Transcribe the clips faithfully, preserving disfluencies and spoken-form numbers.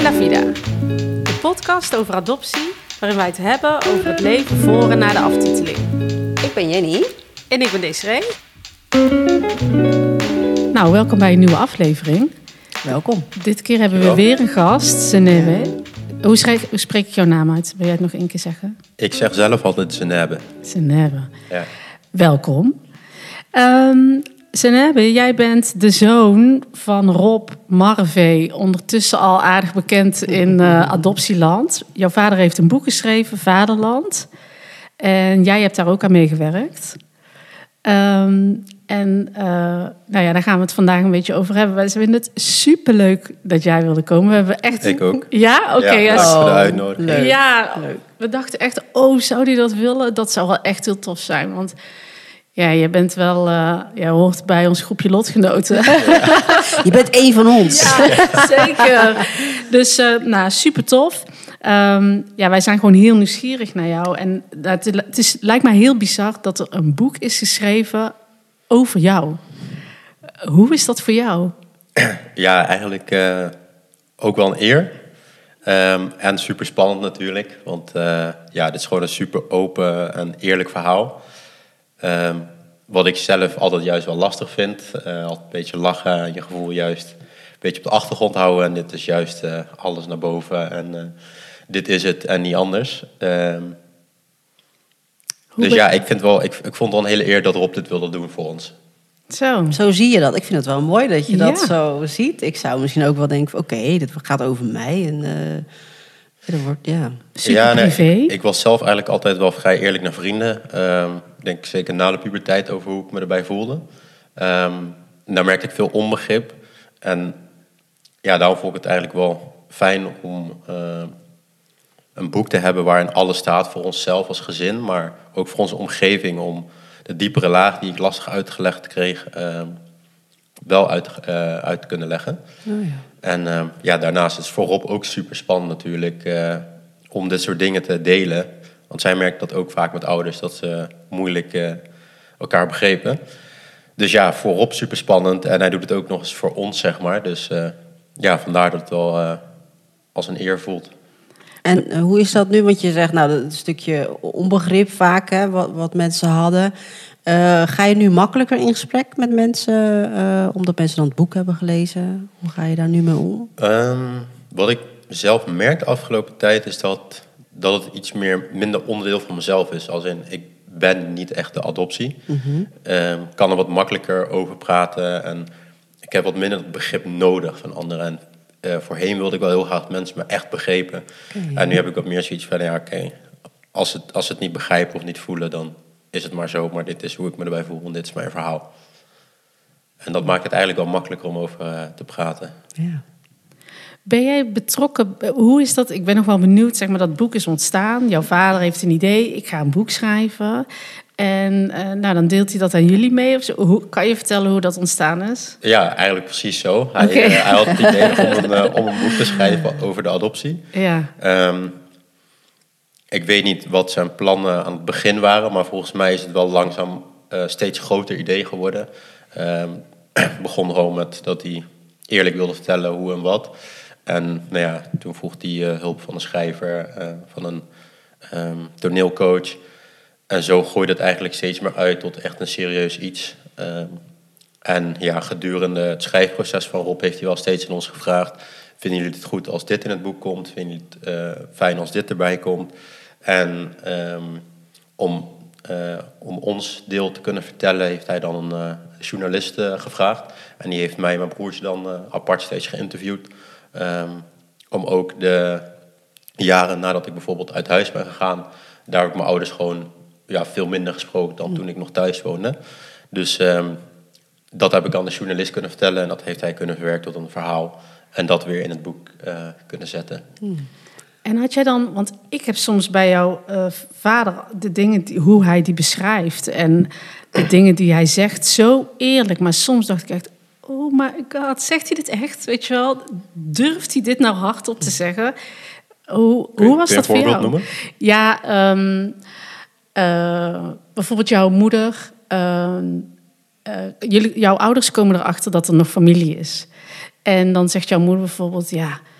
La Vida, de podcast over adoptie, waarin wij het hebben over het leven voor en na de aftiteling. Ik ben Jenny. En ik ben Desiree. Nou, welkom bij een nieuwe aflevering. Welkom. Dit keer hebben we weer een gast, Zenebe. Hoe, schreef, hoe spreek ik jouw naam uit? Wil jij het nog één keer zeggen? Ik zeg zelf altijd Zenebe. Zenebe. Ja. Welkom. Um, Zenebe, jij bent de zoon van Rob Marve, ondertussen al aardig bekend in uh, adoptieland. Jouw vader heeft een boek geschreven, Vaderland. En jij hebt daar ook aan meegewerkt. Um, en uh, nou ja, daar gaan we het vandaag een beetje over hebben. Wij vinden het superleuk dat jij wilde komen. We hebben echt... Ik ook. Ja? Oké. Okay, ja, ja. Dank voor de uitnodiging. Leuk. Ja, leuk. We dachten echt, oh, zou die dat willen? Dat zou wel echt heel tof zijn, want... Ja, je bent wel, uh, je hoort bij ons groepje lotgenoten. Ja. Je bent één van ons. Ja, zeker. Dus, uh, nou, super tof. Um, ja, wij zijn gewoon heel nieuwsgierig naar jou. En het, het is, lijkt mij heel bizar dat er een boek is geschreven over jou. Hoe is dat voor jou? Ja, eigenlijk uh, ook wel een eer. Um, en super spannend natuurlijk. Want uh, ja, dit is gewoon een super open en eerlijk verhaal. Um, wat ik zelf altijd juist wel lastig vind. Uh, altijd een beetje lachen en je gevoel juist een beetje op de achtergrond houden. En dit is juist uh, alles naar boven. En uh, dit is het en niet anders. Um, dus ja, ik, vind wel, ik, ik vond het wel een hele eer dat Rob dit wilde doen voor ons. Zo. Zo zie je dat. Ik vind het wel mooi dat je ja. dat zo ziet. Ik zou misschien ook wel denken, oké, okay, dit gaat over mij. En... Uh... Dat wordt, ja. Super ja, nee, privé. Ik, ik was zelf eigenlijk altijd wel vrij eerlijk naar vrienden. Um, ik denk zeker na de puberteit over hoe ik me erbij voelde. Um, daar merkte ik veel onbegrip. En ja, daarom vond ik het eigenlijk wel fijn om uh, een boek te hebben waarin alles staat voor onszelf als gezin, maar ook voor onze omgeving, om de diepere laag die ik lastig uitgelegd kreeg, uh, wel uit, uh, uit te kunnen leggen. Oh ja. En uh, ja, daarnaast is het voor Rob ook super spannend natuurlijk uh, om dit soort dingen te delen. Want zij merkt dat ook vaak met ouders, dat ze moeilijk uh, elkaar begrepen. Dus ja, voor Rob super spannend. En hij doet het ook nog eens voor ons, zeg maar. Dus uh, ja, vandaar dat het wel uh, als een eer voelt. En uh, hoe is dat nu? Want je zegt, nou, dat stukje onbegrip vaak, hè, wat, wat mensen hadden. Uh, ga je nu makkelijker in gesprek met mensen, uh, omdat mensen dan het boek hebben gelezen? Hoe ga je daar nu mee om? Um, wat ik zelf merk de afgelopen tijd is dat, dat het iets meer minder onderdeel van mezelf is. Als in, ik ben niet echt de adoptie. Mm-hmm. Um, kan er wat makkelijker over praten en ik heb wat minder het begrip nodig van anderen. En uh, voorheen wilde ik wel heel graag dat mensen me echt begrepen. Okay. En nu heb ik wat meer zoiets van, ja, oké, okay, als, het, als ze het niet begrijpen of niet voelen, dan is het maar zo, maar dit is hoe ik me erbij voel en dit is mijn verhaal. En dat maakt het eigenlijk wel makkelijker om over uh, te praten. Ja. Ben jij betrokken, hoe is dat, ik ben nog wel benieuwd, zeg maar, dat boek is ontstaan. Jouw vader heeft een idee, ik ga een boek schrijven. En uh, nou, dan deelt hij dat aan jullie mee? Of zo. Hoe, kan je vertellen hoe dat ontstaan is? Ja, eigenlijk precies zo. Hij, okay. uh, hij had het idee om een, uh, om een boek te schrijven over de adoptie. Ja. Um, Ik weet niet wat zijn plannen aan het begin waren, maar volgens mij is het wel langzaam uh, steeds groter idee geworden. Um, begon gewoon met dat hij eerlijk wilde vertellen hoe en wat. En nou ja, toen vroeg hij uh, hulp van een schrijver, uh, van een um, toneelcoach. En zo groeide het eigenlijk steeds meer uit tot echt een serieus iets. Um, en ja, gedurende het schrijfproces van Rob heeft hij wel steeds aan ons gevraagd: vinden jullie het goed als dit in het boek komt? Vinden jullie het uh, fijn als dit erbij komt? En um, om, uh, om ons deel te kunnen vertellen, heeft hij dan een uh, journalist uh, gevraagd. En die heeft mij en mijn broertje dan uh, apart steeds geïnterviewd. Um, om ook de jaren nadat ik bijvoorbeeld uit huis ben gegaan, daar heb ik mijn ouders gewoon ja, veel minder gesproken dan mm. toen ik nog thuis woonde. Dus um, dat heb ik aan de journalist kunnen vertellen en dat heeft hij kunnen verwerken tot een verhaal. En dat weer in het boek uh, kunnen zetten. Mm. En had jij dan, want ik heb soms bij jouw uh, vader de dingen, die, hoe hij die beschrijft en de dingen die hij zegt, zo eerlijk. Maar soms dacht ik echt, oh my god, zegt hij dit echt? Weet je wel, durft hij dit nou hardop te zeggen? Hoe, kun je, hoe was kun je dat voor jou? Noemen? Ja, um, uh, bijvoorbeeld jouw moeder. Uh, uh, jullie, jouw ouders komen erachter dat er nog familie is. En dan zegt jouw moeder bijvoorbeeld, ja...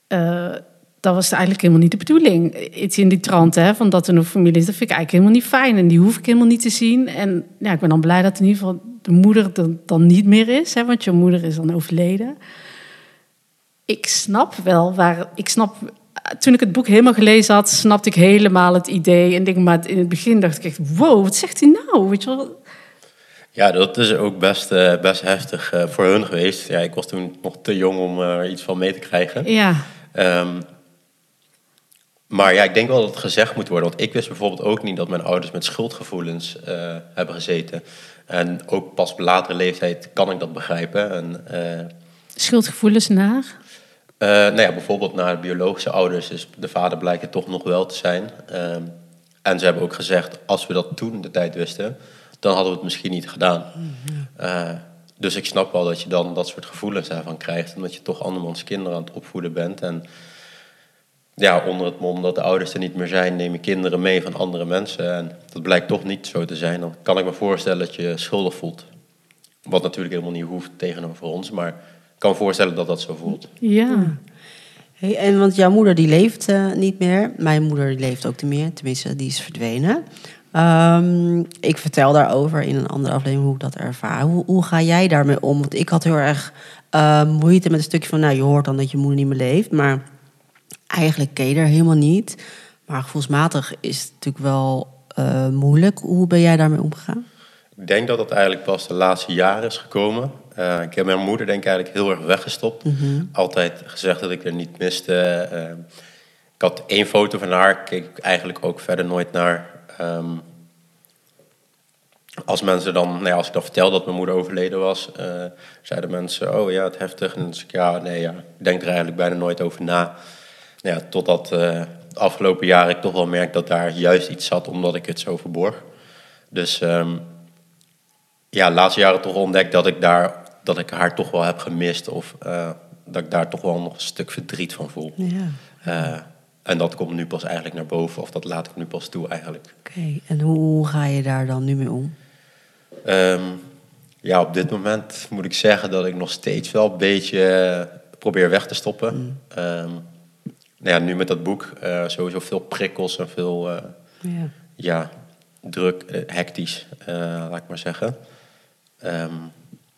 uh, dat was eigenlijk helemaal niet de bedoeling. Iets in die trant, hè, van dat er een familie is. Dat vind ik eigenlijk helemaal niet fijn. En die hoef ik helemaal niet te zien. En ja, ik ben dan blij dat in ieder geval de moeder er dan niet meer is. Hè, want je moeder is dan overleden. Ik snap wel waar... Ik snap, toen ik het boek helemaal gelezen had, snapte ik helemaal het idee. En denk, maar in het begin dacht ik echt, wow, wat zegt hij nou? Weet je wel? Ja, dat is ook best, uh, best heftig uh, voor hun geweest. Ja, ik was toen nog te jong om er uh, iets van mee te krijgen. Ja. Um, maar ja, ik denk wel dat het gezegd moet worden. Want ik wist bijvoorbeeld ook niet dat mijn ouders met schuldgevoelens uh, hebben gezeten. En ook pas op latere leeftijd kan ik dat begrijpen. En, uh, schuldgevoelens naar? Uh, nou ja, bijvoorbeeld naar biologische ouders. Dus de vader blijkt het toch nog wel te zijn. Um, en ze hebben ook gezegd, als we dat toen de tijd wisten, dan hadden we het misschien niet gedaan. Mm-hmm. Uh, dus ik snap wel dat je dan dat soort gevoelens daarvan krijgt. Omdat je toch andermans kinderen aan het opvoeden bent. En ja, onder het mom dat de ouders er niet meer zijn, neem je kinderen mee van andere mensen. En dat blijkt toch niet zo te zijn. Dan kan ik me voorstellen dat je je schuldig voelt. Wat natuurlijk helemaal niet hoeft tegenover ons, maar ik kan me voorstellen dat dat zo voelt. Ja. Hey, en want jouw moeder die leeft uh, niet meer. Mijn moeder die leeft ook niet meer. Tenminste, die is verdwenen. Um, ik vertel daarover in een andere aflevering hoe ik dat ervaar. Hoe, hoe ga jij daarmee om? Want ik had heel erg uh, moeite met een stukje van, nou, je hoort dan dat je moeder niet meer leeft, maar eigenlijk ken je er helemaal niet. Maar gevoelsmatig is het natuurlijk wel uh, moeilijk. Hoe ben jij daarmee omgegaan? Ik denk dat dat eigenlijk pas de laatste jaren is gekomen. Uh, ik heb mijn moeder denk ik eigenlijk heel erg weggestopt. Mm-hmm. Altijd gezegd dat ik er niet miste. Uh, ik had één foto van haar, keek ik eigenlijk ook verder nooit naar. Um, als mensen dan, nou ja, als ik dan vertelde dat mijn moeder overleden was, uh, zeiden mensen, oh ja, het heftig. En dan zei ik, ja, nee, ja, ik denk er eigenlijk bijna nooit over na. Ja, totdat uh, de afgelopen jaren ik toch wel merk dat daar juist iets zat, omdat ik het zo verborg. Dus um, ja, de laatste jaren toch ontdekt dat ik daar, dat ik haar toch wel heb gemist. Of uh, dat ik daar toch wel nog een stuk verdriet van voel. Ja. Uh, en dat komt nu pas eigenlijk naar boven. Of dat laat ik nu pas toe eigenlijk. Oké, okay. En hoe, hoe ga je daar dan nu mee om? Um, ja, op dit moment moet ik zeggen dat ik nog steeds wel een beetje probeer weg te stoppen. Mm. Um, nou ja, nu met dat boek uh, sowieso veel prikkels en veel uh, ja. Ja, druk, uh, hectisch, uh, laat ik maar zeggen. Um,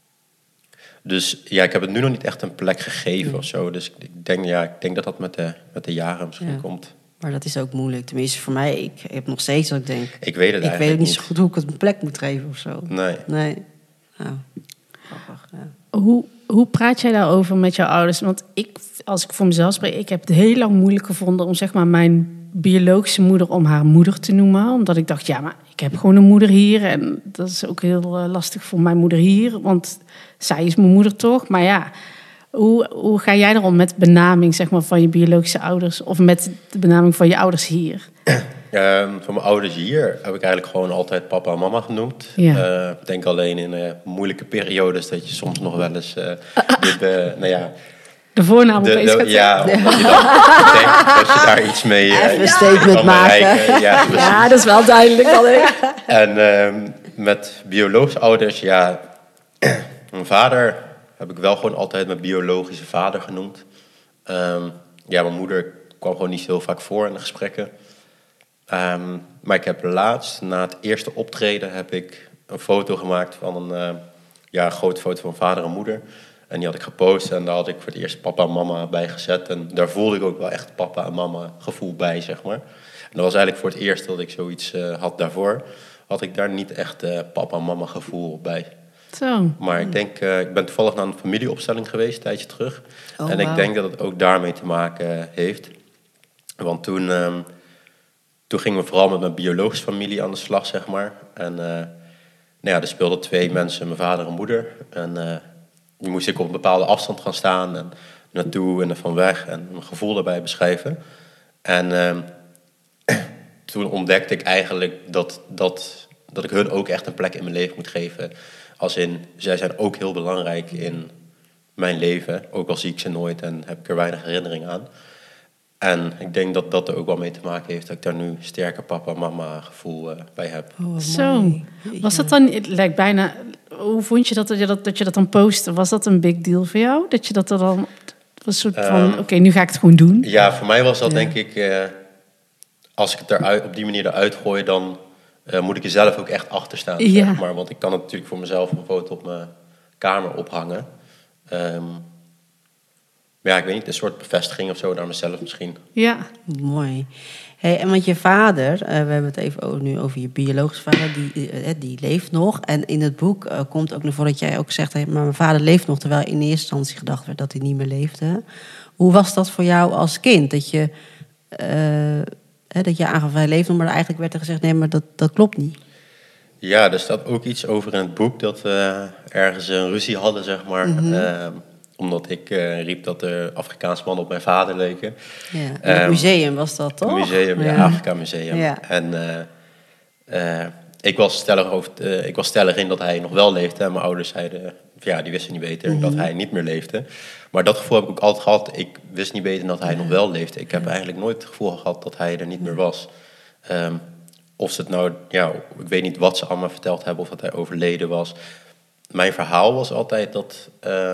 dus ja, ik heb het nu nog niet echt een plek gegeven mm. of zo. Dus ik denk, ja, ik denk dat dat met de, met de jaren misschien ja. komt. Maar dat is ook moeilijk. Tenminste, voor mij, ik heb nog steeds dat ik denk... Ik weet het ik eigenlijk weet ook niet niet zo goed hoe ik het een plek moet geven of zo. Nee. Nee. Nou, grappig, ja. Hoe, hoe praat jij daarover met jouw ouders? Want ik, als ik voor mezelf spreek, ik heb het heel lang moeilijk gevonden om zeg maar mijn biologische moeder om haar moeder te noemen. Omdat ik dacht, ja, maar ik heb gewoon een moeder hier. En dat is ook heel uh, lastig voor mijn moeder hier. Want zij is mijn moeder toch. Maar ja, hoe, hoe ga jij erom met benaming zeg maar, van je biologische ouders? Of met de benaming van je ouders hier? Um, van mijn ouders hier heb ik eigenlijk gewoon altijd papa en mama genoemd. Ja. Uh, ik denk alleen in uh, moeilijke periodes dat je soms nog wel eens... Uh, de, de, nou ja, de voornaam opeens gaat ja, omdat je dan denkt dat je daar iets mee... Uh, Even een statement maken. Ja, ja, dat is wel duidelijk. En um, met biologische ouders, ja... mijn vader heb ik wel gewoon altijd mijn biologische vader genoemd. Um, ja, mijn moeder kwam gewoon niet zo heel vaak voor in de gesprekken. Um, maar ik heb laatst, na het eerste optreden, heb ik een foto gemaakt van een uh, ja, grote foto van vader en moeder. En die had ik gepost en daar had ik voor het eerst papa en mama bij gezet. En daar voelde ik ook wel echt papa en mama gevoel bij, zeg maar. En dat was eigenlijk voor het eerst dat ik zoiets uh, had daarvoor. Had ik daar niet echt uh, papa en mama gevoel bij. Zo. Maar ik denk, uh, ik ben toevallig naar een familieopstelling geweest, een tijdje terug. Oh, en ik wow. denk dat het ook daarmee te maken heeft. Want toen... Um, Toen gingen we vooral met mijn biologische familie aan de slag, zeg maar. En uh, nou ja, er speelden twee mensen, mijn vader en moeder. En uh, die moest ik op een bepaalde afstand gaan staan en naartoe en er van weg en mijn gevoel daarbij beschrijven. En uh, toen ontdekte ik eigenlijk dat, dat, dat ik hun ook echt een plek in mijn leven moet geven. Als in, zij zijn ook heel belangrijk in mijn leven. Ook al zie ik ze nooit en heb ik er weinig herinnering aan. En ik denk dat dat er ook wel mee te maken heeft dat ik daar nu sterker papa-mama gevoel uh, bij heb. Oh, zo. Was dat dan, het lijkt bijna, hoe vond je dat, dat je dat, dat je dat dan postte? Was dat een big deal voor jou? Dat je dat er dan Het was een soort Um, van, oké, okay, nu ga ik het gewoon doen. Ja, voor mij was dat Ja. denk ik... Uh, als ik het eruit, op die manier eruit gooi... dan uh, moet ik er zelf ook echt achter staan. Ja. Zeg maar. Want ik kan het natuurlijk voor mezelf een foto op mijn kamer ophangen. Um, maar ja, ik weet niet, een soort bevestiging of zo naar mezelf misschien. Ja. Mooi. Hey, en want je vader, uh, we hebben het even over, nu over je biologische vader, die, uh, die leeft nog. En in het boek uh, komt ook naar voren dat jij ook zegt, hey, maar mijn vader leeft nog, terwijl in eerste instantie gedacht werd dat hij niet meer leefde. Hoe was dat voor jou als kind? Dat je, uh, hè, dat je aangaf, hij leeft nog, maar eigenlijk werd er gezegd, nee, maar dat, dat klopt niet. Ja, er staat ook iets over in het boek dat we ergens een ruzie hadden, zeg maar. Mm-hmm. Uh, omdat ik uh, riep dat er Afrikaanse mannen op mijn vader leken. Ja, in het Um, museum was dat, toch? Het museum, ja, ja. Afrika Museum. Ja. En uh, uh, ik, was stellig over, uh, ik was stellig in dat hij nog wel leefde. En mijn ouders zeiden, ja, die wisten niet beter, mm-hmm. dat hij niet meer leefde. Maar dat gevoel heb ik ook altijd gehad. Ik wist niet beter dat hij ja. nog wel leefde. Ik heb ja. eigenlijk nooit het gevoel gehad dat hij er niet meer was. Um, of ze het nou, ja, ik weet niet wat ze allemaal verteld hebben, of dat hij overleden was. Mijn verhaal was altijd dat um,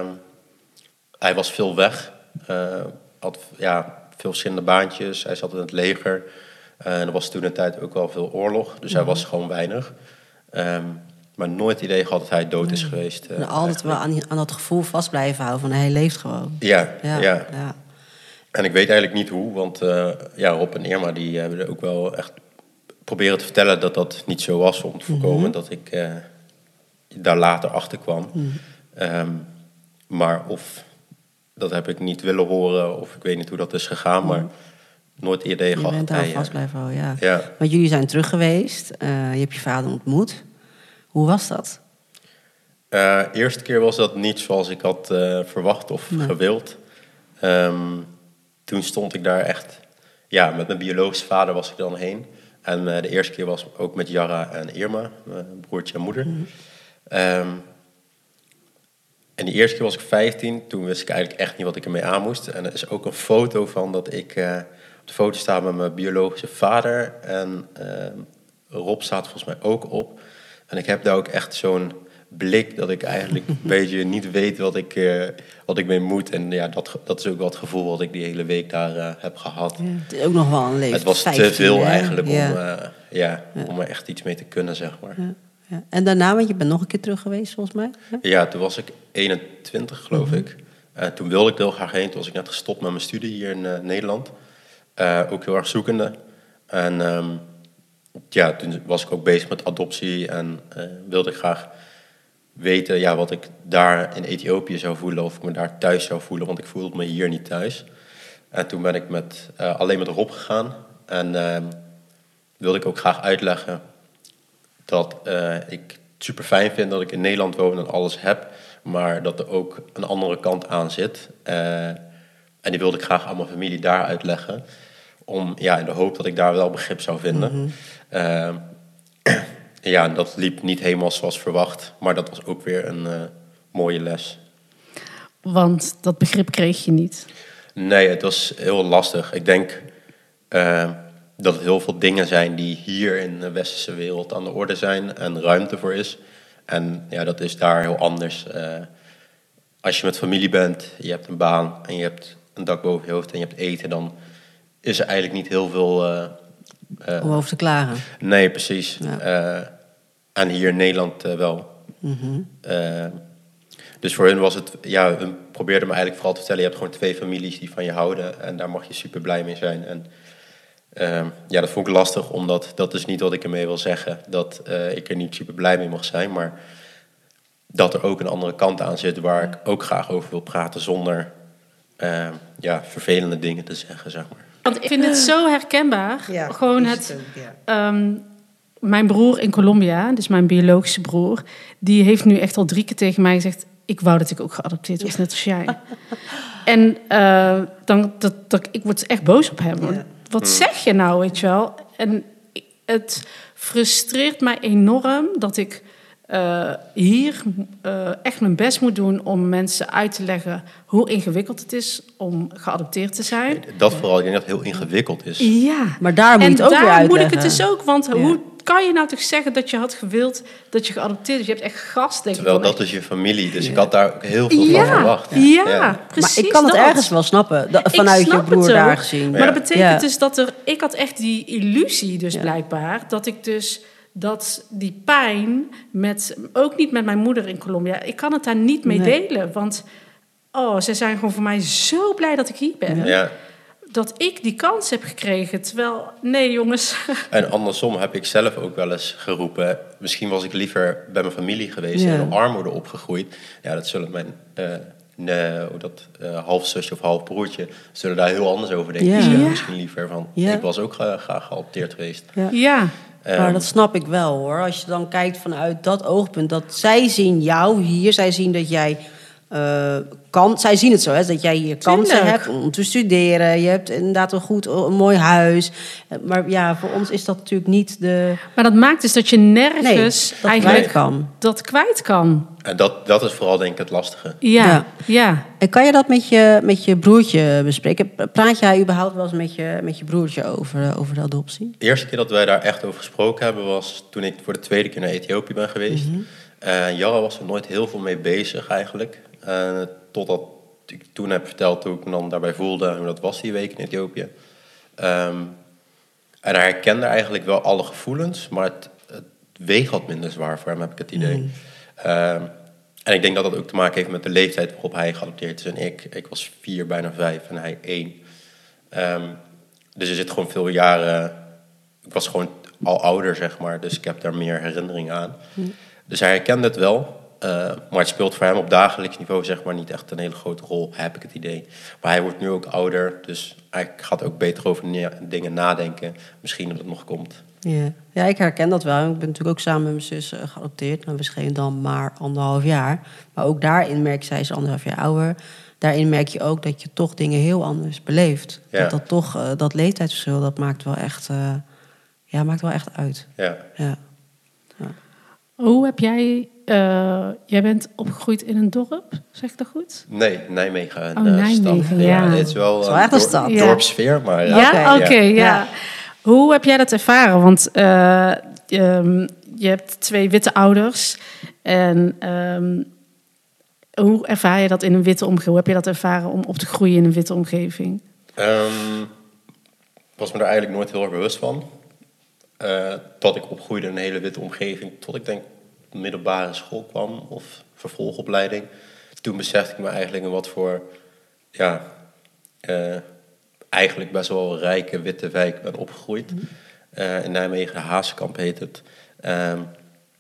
hij was veel weg. Uh, had ja, veel verschillende baantjes. Hij zat in het leger. Uh, en er was toen een tijd ook wel veel oorlog. Dus mm-hmm. hij was gewoon weinig. Um, maar nooit idee gehad dat hij dood is mm. geweest. Uh, en altijd wel aan, aan dat gevoel vast blijven houden van hij leeft gewoon. Ja, ja, ja. ja. En ik weet eigenlijk niet hoe. Want uh, ja, Rob en Irma die hebben er ook wel echt proberen te vertellen dat dat niet zo was. Om te voorkomen mm-hmm. dat ik uh, daar later achter kwam. Mm. Um, maar of... Dat heb ik niet willen horen of ik weet niet hoe dat is gegaan, maar nooit idee gehad. Je bent daar vast blijven houden, ja. ja. Want jullie zijn terug geweest, uh, je hebt je vader ontmoet. Hoe was dat? Uh, de eerste keer was dat niet zoals ik had uh, verwacht of nee. gewild. Um, toen stond ik daar echt... Ja, met mijn biologische vader was ik dan heen. En uh, de eerste keer was ook met Jara en Irma, mijn broertje en moeder. Mm-hmm. Um, En die eerste keer was ik vijftien. Toen wist ik eigenlijk echt niet wat ik ermee aan moest. En er is ook een foto van dat ik uh, op de foto sta met mijn biologische vader. En uh, Rob staat volgens mij ook op. En ik heb daar ook echt zo'n blik dat ik eigenlijk een beetje niet weet wat ik, uh, wat ik mee moet. En ja, dat, dat is ook wel het gevoel wat ik die hele week daar uh, heb gehad. Ja, het is ook nog wel een leven. Het was vijftien, te veel hè? eigenlijk ja. om, uh, ja, ja. om er echt iets mee te kunnen, zeg maar. Ja. Ja. En daarna, want je bent nog een keer terug geweest, volgens mij? Ja, ja toen was ik eenentwintig, geloof mm-hmm. ik. Uh, toen wilde ik er heel graag heen. Toen was ik net gestopt met mijn studie hier in uh, Nederland. Uh, ook heel erg zoekende. En um, ja, toen was ik ook bezig met adoptie. En uh, wilde ik graag weten ja, wat ik daar in Ethiopië zou voelen. Of ik me daar thuis zou voelen. Want ik voelde me hier niet thuis. En toen ben ik met, uh, alleen met Rob gegaan. En uh, wilde ik ook graag uitleggen... dat uh, ik het super fijn vind dat ik in Nederland woon en alles heb, maar dat er ook een andere kant aan zit. Uh, en die wilde ik graag aan mijn familie daar uitleggen, om, ja, in de hoop dat ik daar wel begrip zou vinden. Mm-hmm. Uh, ja, dat liep niet helemaal zoals verwacht, maar dat was ook weer een uh, mooie les. Want dat begrip kreeg je niet? Nee, het was heel lastig. Ik denk... Uh, dat het heel veel dingen zijn die hier in de westerse wereld aan de orde zijn en ruimte voor is. En ja, dat is daar heel anders. Uh, als je met familie bent, je hebt een baan en je hebt een dak boven je hoofd en je hebt eten, dan is er eigenlijk niet heel veel... Uh, uh, Om over te klagen. Nee, precies. Ja. Uh, en hier in Nederland uh, wel. Mm-hmm. Uh, dus voor hun was het... Ja, hun probeerden me eigenlijk vooral te vertellen, je hebt gewoon twee families die van je houden en daar mag je super blij mee zijn. En Uh, ja, dat vond ik lastig, omdat dat is niet wat ik ermee wil zeggen. Dat uh, ik er niet super blij mee mag zijn, maar dat er ook een andere kant aan zit waar ik ook graag over wil praten zonder uh, ja, vervelende dingen te zeggen, zeg maar. Want ik vind het zo herkenbaar. Ja, Gewoon het... het ja. um, mijn broer in Colombia, dus mijn biologische broer, die heeft nu echt al drie keer tegen mij gezegd, ik wou dat ik ook geadopteerd was, net als jij. En uh, dan, dat, dat, ik word echt boos op hem. Ja. Wat zeg je nou, weet je wel? En het frustreert mij enorm dat ik uh, hier uh, echt mijn best moet doen om mensen uit te leggen hoe ingewikkeld het is om geadopteerd te zijn. Dat vooral, ik denk dat het heel ingewikkeld is. Ja, maar daar moet en je het ook weer daar uitleggen. moet ik het dus ook, want ja. hoe kan je nou toch zeggen dat je had gewild dat je geadopteerd is? Je hebt echt gast, denk Terwijl ik. dat is je familie. Dus ja. ik had daar ook heel veel ja, van verwacht. Ja, ja, ja, precies. Maar ik kan het dat. ergens wel snappen. Da- vanuit je broer daar gezien. Maar ja. dat betekent ja. dus dat er... Ik had echt die illusie dus ja. blijkbaar. Dat ik dus... Dat die pijn met... Ook niet met mijn moeder in Colombia. Ik kan het daar niet mee nee. delen. Want... Oh, ze zijn gewoon voor mij zo blij dat ik hier ben. Ja. Dat ik die kans heb gekregen. Terwijl, nee jongens. En andersom heb ik zelf ook wel eens geroepen. Misschien was ik liever bij mijn familie geweest. Ja. En in armoede opgegroeid. Ja, dat zullen mijn uh, nee, dat, uh, halfzusje of halfbroertje... zullen daar heel anders over denken. Ja. Die zeggen Ja. misschien liever van... Ja. Ik was ook graag, graag geadopteerd geweest. Ja. ja. Um, maar dat snap ik wel hoor. Als je dan kijkt vanuit dat oogpunt. Dat zij zien jou hier. Zij zien dat jij... Uh, kan, zij zien het zo, hè, dat jij hier kansen hebt om te studeren. Je hebt inderdaad een goed, een mooi huis. Maar ja, voor ons is dat natuurlijk niet de... Maar dat maakt dus dat je nergens nee, dat eigenlijk kwijt kan. dat kwijt kan. En dat, dat is vooral denk ik het lastige. Ja, ja. ja. En kan je dat met je, met je broertje bespreken? Praat jij überhaupt wel eens met je, met je broertje over, over de adoptie? De eerste keer dat wij daar echt over gesproken hebben... was toen ik voor de tweede keer naar Ethiopië ben geweest. Mm-hmm. Uh, Jara was er nooit heel veel mee bezig eigenlijk... Uh, totdat ik toen heb verteld hoe ik me dan daarbij voelde... hoe dat was die week in Ethiopië. Um, en hij herkende eigenlijk wel alle gevoelens... maar het, het weegt wat minder zwaar voor hem, heb ik het idee. Mm. Um, en ik denk dat dat ook te maken heeft met de leeftijd... waarop hij geadopteerd is en ik. Ik was vier, bijna vijf en hij één. Um, dus er zit gewoon veel jaren... Ik was gewoon al ouder, zeg maar. Dus ik heb daar meer herinnering aan. Mm. Dus hij herkende het wel... Uh, maar het speelt voor hem op dagelijks niveau zeg maar niet echt een hele grote rol, heb ik het idee. Maar hij wordt nu ook ouder, dus hij gaat ook beter over ne- dingen nadenken. Misschien dat het nog komt. Ja. ja, ik herken dat wel. Ik ben natuurlijk ook samen met mijn zus uh, geadopteerd. Nou, we schelen dan maar anderhalf jaar. Maar ook daarin merk je, zij is anderhalf jaar ouder. Daarin merk je ook dat je toch dingen heel anders beleeft. Ja. Dat dat toch, uh, dat leeftijdsverschil, dat maakt wel echt, uh, ja, maakt wel echt uit. Ja. Ja. Ja. Hoe heb jij... Uh, jij bent opgegroeid in een dorp, zeg ik dat goed? Nee, Nijmegen. Een oh, uh, Nijmegen, stad. ja. ja. Het is wel, is wel echt een stad. Een dorpsfeer, maar... Ja, oké, okay, okay, ja. ja. Hoe heb jij dat ervaren? Want uh, um, je hebt twee witte ouders. En um, hoe ervaar je dat in een witte omgeving? Hoe heb je dat ervaren om op te groeien in een witte omgeving? Um, ik was me daar eigenlijk nooit heel erg bewust van. Uh, tot ik opgroeide in een hele witte omgeving. Tot ik denk... middelbare school kwam of vervolgopleiding. Toen besefte ik me eigenlijk in wat voor ja, uh, eigenlijk best wel rijke witte wijk ben opgegroeid. Uh, in Nijmegen, Hazekamp heet het. Um,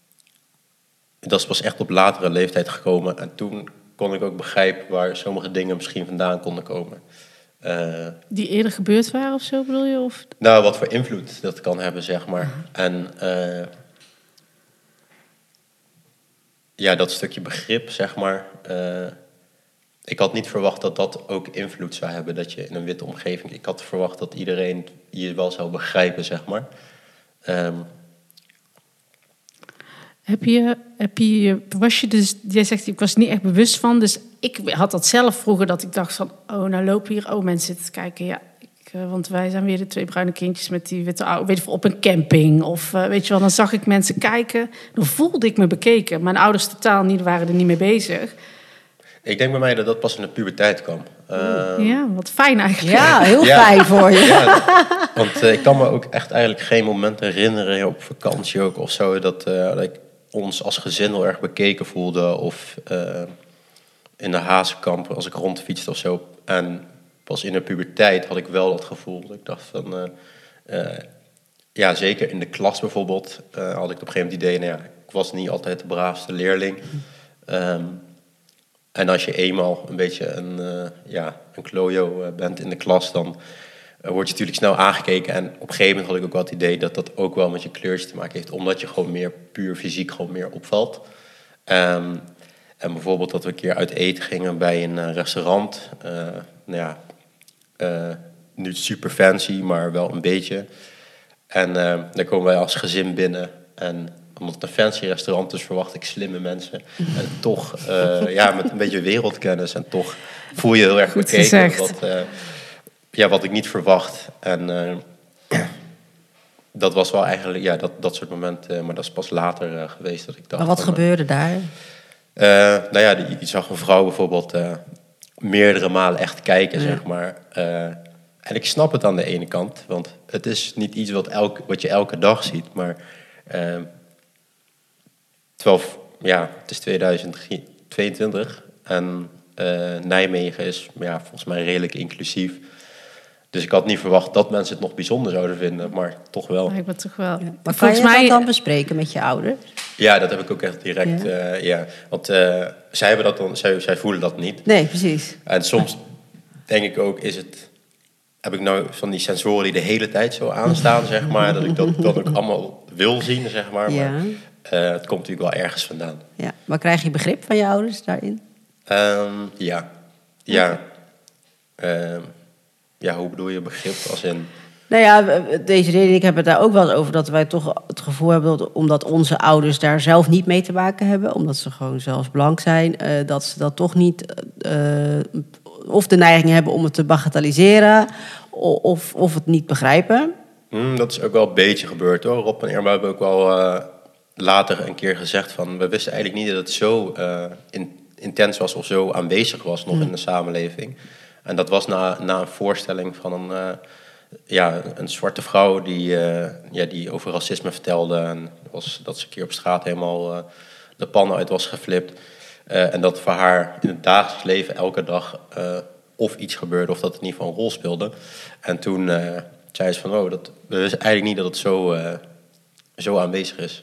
dat is pas echt op latere leeftijd gekomen. En toen kon ik ook begrijpen waar sommige dingen misschien vandaan konden komen. Uh, Die eerder gebeurd waren of zo bedoel je? Of? Nou, wat voor invloed dat kan hebben, zeg maar. En... Uh, Ja, dat stukje begrip, zeg maar. Uh, ik had niet verwacht dat dat ook invloed zou hebben. Dat je in een witte omgeving... Ik had verwacht dat iedereen je wel zou begrijpen, zeg maar. Um, heb je, heb je... Was je dus... Jij zegt, ik was niet echt bewust van. Dus ik had dat zelf vroeger, dat ik dacht van... Oh, nou lopen hier... Oh, mensen zitten te kijken. Ja, ik, uh, want wij zijn weer de twee bruine kindjes met die witte ouders. Weet je, op een camping. Of uh, weet je wel, dan zag ik mensen kijken. Dan voelde ik me bekeken. Mijn ouders totaal niet, waren er niet mee bezig. Ik denk bij mij dat dat pas in de puberteit kwam. Uh, ja, wat fijn eigenlijk. Ja, heel ja. fijn voor je. Ja, want uh, ik kan me ook echt eigenlijk geen moment herinneren... op vakantie ook of zo... dat, uh, dat ik ons als gezin heel erg bekeken voelde... of uh, in de Hazekamp als ik rondfietste of zo. En pas in de puberteit had ik wel dat gevoel. Dat ik dacht van... Uh, uh, ja, zeker in de klas bijvoorbeeld... Uh, had ik op een gegeven moment het idee... Nou ja, ik was niet altijd de braafste leerling... Um, En als je eenmaal een beetje een, uh, ja, een klojo uh, bent in de klas... dan uh, word je natuurlijk snel aangekeken. En op een gegeven moment had ik ook wel het idee... dat dat ook wel met je kleurtje te maken heeft... omdat je gewoon meer puur fysiek gewoon meer opvalt. Um, en bijvoorbeeld dat we een keer uit eten gingen bij een uh, restaurant. Uh, nou ja, uh, niet super fancy, maar wel een beetje. En uh, daar komen wij als gezin binnen... en omdat het een fancy restaurant is, verwacht ik slimme mensen. En toch, uh, ja, met een beetje wereldkennis. En toch voel je heel erg Goed bekeken. Wat, uh, ja, wat ik niet verwacht. En uh, dat was wel eigenlijk, ja, dat, dat soort momenten. Maar dat is pas later uh, geweest dat ik dacht... Maar wat van, gebeurde daar? Uh, nou ja, die, die zag een vrouw bijvoorbeeld uh, meerdere malen echt kijken, ja. zeg maar. Uh, en ik snap het aan de ene kant, want het is niet iets wat, elk, wat je elke dag ziet. Maar uh, terwijl, ja, het is tweeduizend tweeëntwintig en uh, Nijmegen is ja, volgens mij redelijk inclusief. Dus ik had niet verwacht dat mensen het nog bijzonder zouden vinden, maar toch wel. Ik ben toch wel. Ja. Maar volgens kan je mij dat dan bespreken met je ouders? Ja, dat heb ik ook echt direct. Ja. Uh, ja. Want uh, zij, hebben dat dan, zij, zij voelen dat niet. Nee, precies. En soms denk ik ook, is het, heb ik nou van die sensoren die de hele tijd zo aanstaan, zeg maar, dat ik dat, dat ook allemaal wil zien, zeg maar. Ja. Maar uh, het komt natuurlijk wel ergens vandaan. Ja. Maar krijg je begrip van je ouders daarin? Um, ja. Ja. Um, ja, hoe bedoel je begrip? Als in... Nou ja, deze reden, ik heb het daar ook wel eens over... dat wij toch het gevoel hebben, dat, omdat onze ouders daar zelf niet mee te maken hebben... omdat ze gewoon zelfs blank zijn... Uh, dat ze dat toch niet... Uh, of de neiging hebben om het te bagatelliseren... of, of het niet begrijpen. Mm, dat is ook wel een beetje gebeurd, hoor. Rob en Irma hebben ook wel uh, later een keer gezegd van... we wisten eigenlijk niet dat het zo uh, in, intens was of zo aanwezig was nog mm. in de samenleving... En dat was na, na een voorstelling van een, uh, ja, een zwarte vrouw die, uh, ja, die over racisme vertelde. En was, dat ze een keer op straat helemaal uh, de pannen uit was geflipt. Uh, en dat voor haar in het dagelijks leven elke dag uh, of iets gebeurde of dat het in ieder geval een rol speelde. En toen uh, zei ze van, oh, dat, we wisten eigenlijk niet dat het zo, uh, zo aanwezig is.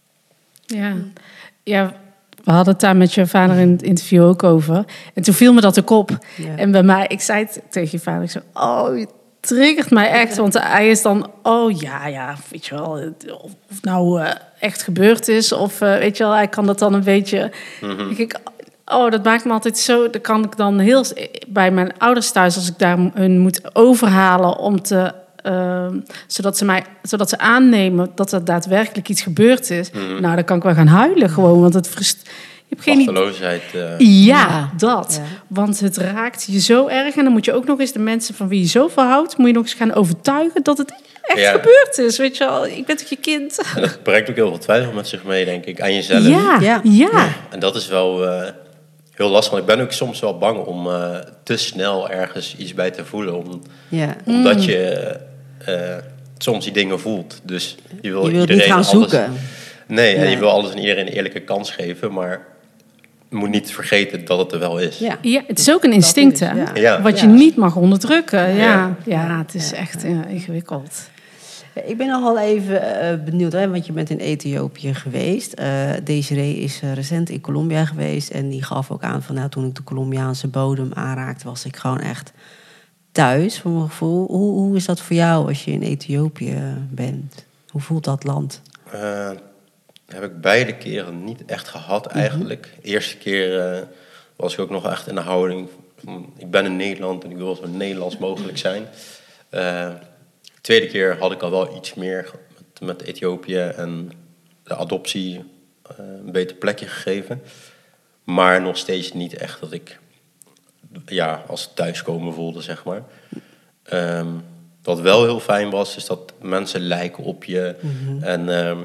Ja, ja. We hadden het daar met je vader in het interview ook over. En toen viel me dat ook op. Ja. En bij mij, ik zei het tegen je vader, ik zei, oh, je triggert mij echt. Want hij is dan, oh ja, ja, weet je wel, of het nou uh, echt gebeurd is. Of uh, weet je wel, hij kan dat dan een beetje... Mm-hmm. Denk ik, oh, dat maakt me altijd zo... Dan kan ik dan heel... Bij mijn ouders thuis, als ik daar hun moet overhalen om te... Uh, zodat ze mij, zodat ze aannemen dat er daadwerkelijk iets gebeurd is. Mm-hmm. Nou, dan kan ik wel gaan huilen gewoon, want het frust... je hebt geen machteloosheid. Uh... Ja, ja, dat. Ja. Want het raakt je zo erg en dan moet je ook nog eens de mensen van wie je zoveel houdt, moet je nog eens gaan overtuigen dat het echt ja. gebeurd is, weet je wel. Ik ben toch je kind. En dat brengt ook heel veel twijfel met zich mee, denk ik, aan jezelf. Ja, ja. ja. ja. En dat is wel uh, heel lastig, want ik ben ook soms wel bang om uh, te snel ergens iets bij te voelen, om, ja. omdat mm. je uh, soms die dingen voelt. Dus je wil, je wilt iedereen niet gaan alles, zoeken. Nee, nee, en je wil alles en iedereen een eerlijke kans geven, maar je moet niet vergeten dat het er wel is. Ja, ja het is ook een instinct, hè? Ja. Ja. Wat je ja. niet mag onderdrukken. Ja, ja. ja het is echt ja, ingewikkeld. Ik ben nogal even uh, benieuwd, hè, want je bent in Ethiopië geweest. Uh, Desiree is uh, recent in Colombia geweest en die gaf ook aan van, nou, toen ik de Colombiaanse bodem aanraakte, was ik gewoon echt thuis, voor mijn gevoel. Hoe, hoe is dat voor jou als je in Ethiopië bent? Hoe voelt dat land? Uh, heb ik beide keren niet echt gehad eigenlijk. Mm-hmm. De eerste keer uh, was ik ook nog echt in de houding van, ik ben in Nederland en ik wil zo Nederlands mogelijk zijn. Uh, de tweede keer had ik al wel iets meer met, met Ethiopië en de adoptie uh, een beter plekje gegeven. Maar nog steeds niet echt dat ik ja, als thuiskomen voelde, zeg maar. Um, wat wel heel fijn was, is dat mensen lijken op je. Mm-hmm. En um,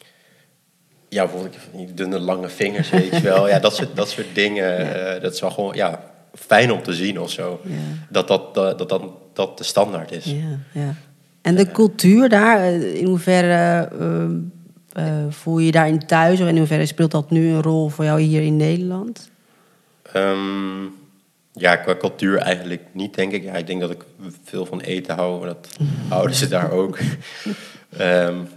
ja, bijvoorbeeld die dunne lange vingers, weet je wel. Ja, dat soort, dat soort dingen. Ja. Uh, dat is wel gewoon ja, fijn om te zien of zo. Ja. Dat, dat, dat, dat, dat dat de standaard is. Ja, ja. En de uh, cultuur daar, in hoeverre uh, uh, voel je je daarin thuis? Of in hoeverre speelt dat nu een rol voor jou hier in Nederland? Um, ja, qua cultuur eigenlijk niet, denk ik. Ja, ik denk dat ik veel van eten hou. Dat houden ze daar ook. um,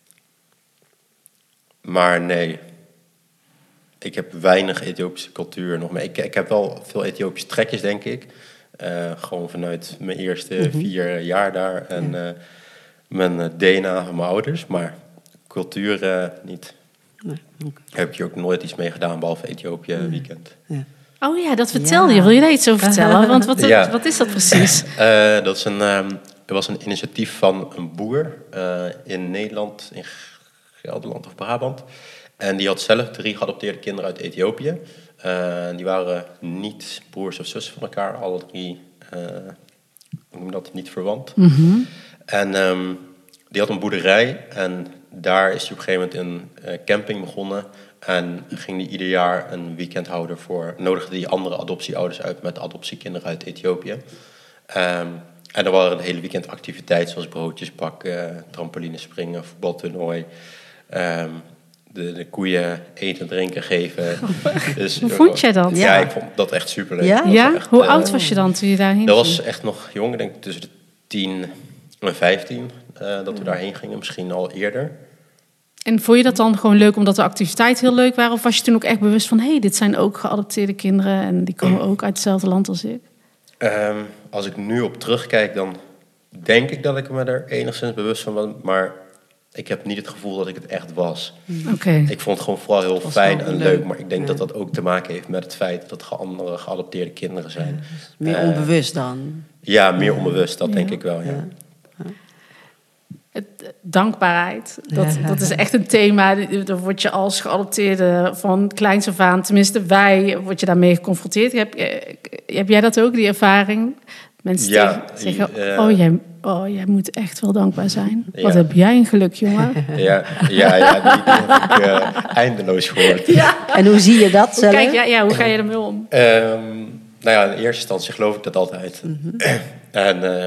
Maar nee, ik heb weinig Ethiopische cultuur nog mee. Ik, ik heb wel veel Ethiopische trekjes, denk ik. Uh, gewoon vanuit mijn eerste mm-hmm. vier jaar daar. En ja. uh, mijn uh, D N A van mijn ouders. Maar cultuur uh, niet. Nee, okay. Heb ik hier ook nooit iets mee gedaan, behalve Ethiopië nee. weekend. Ja. Oh ja, dat vertelde ja. je. Wil je daar iets over vertellen? Want wat, ja. wat is dat precies? Uh, dat is een, um, er was een initiatief van een boer uh, in Nederland... in Gelderland of Brabant. En die had zelf drie geadopteerde kinderen uit Ethiopië. Uh, die waren niet broers of zussen van elkaar. Alle drie, uh, hoe noem je dat, niet verwant. Mm-hmm. En um, die had een boerderij en daar is hij op een gegeven moment een uh, camping begonnen. En ging hij ieder jaar een weekend houden voor... nodigde hij andere adoptieouders uit met adoptiekinderen uit Ethiopië. Um, en er waren een hele weekend activiteiten zoals broodjes bakken, trampoline springen, voetbaltoernooi. Um, de, de koeien eten en drinken geven. Dus, Hoe vond jij dat? Ja, Ja. ik vond dat echt superleuk. Ja? Dat was Ja? echt, Hoe uh, oud was je dan toen je daarheen Dat ging? was echt nog jong, ik denk tussen de tien en vijftien uh, dat we daarheen gingen. Misschien al eerder. En vond je dat dan gewoon leuk omdat de activiteiten heel leuk waren? Of was je toen ook echt bewust van... hé, hey, dit zijn ook geadopteerde kinderen... en die komen ook uit hetzelfde land als ik? Um, als ik nu op terugkijk, dan denk ik dat ik me er enigszins bewust van ben. Maar ik heb niet het gevoel dat ik het echt was. Oké. Okay. Ik vond het gewoon vooral heel was fijn wel en leuk. leuk. Maar ik denk Ja. dat dat ook te maken heeft met het feit... dat er andere geadopteerde kinderen zijn. Meer Uh, onbewust dan. Ja, meer onbewust, dat Ja. denk ik wel, ja. Ja. Het, dankbaarheid, dat, dat is echt een thema. Daar word je als geadopteerde van kleins af aan... tenminste wij, word je daarmee geconfronteerd. Heb, heb jij dat ook, die ervaring? Mensen Ja, zeggen, uh, oh, jij, oh, jij moet echt wel dankbaar zijn. Ja. Wat heb jij een geluk, jongen. Ja, ja, ja die, die heb ik uh, eindeloos gehoord. Ja. En hoe zie je dat zelf? Kijk, ja, ja, hoe ga je ermee om? Um, nou ja, in eerste instantie geloof ik dat altijd. Mm-hmm. En uh,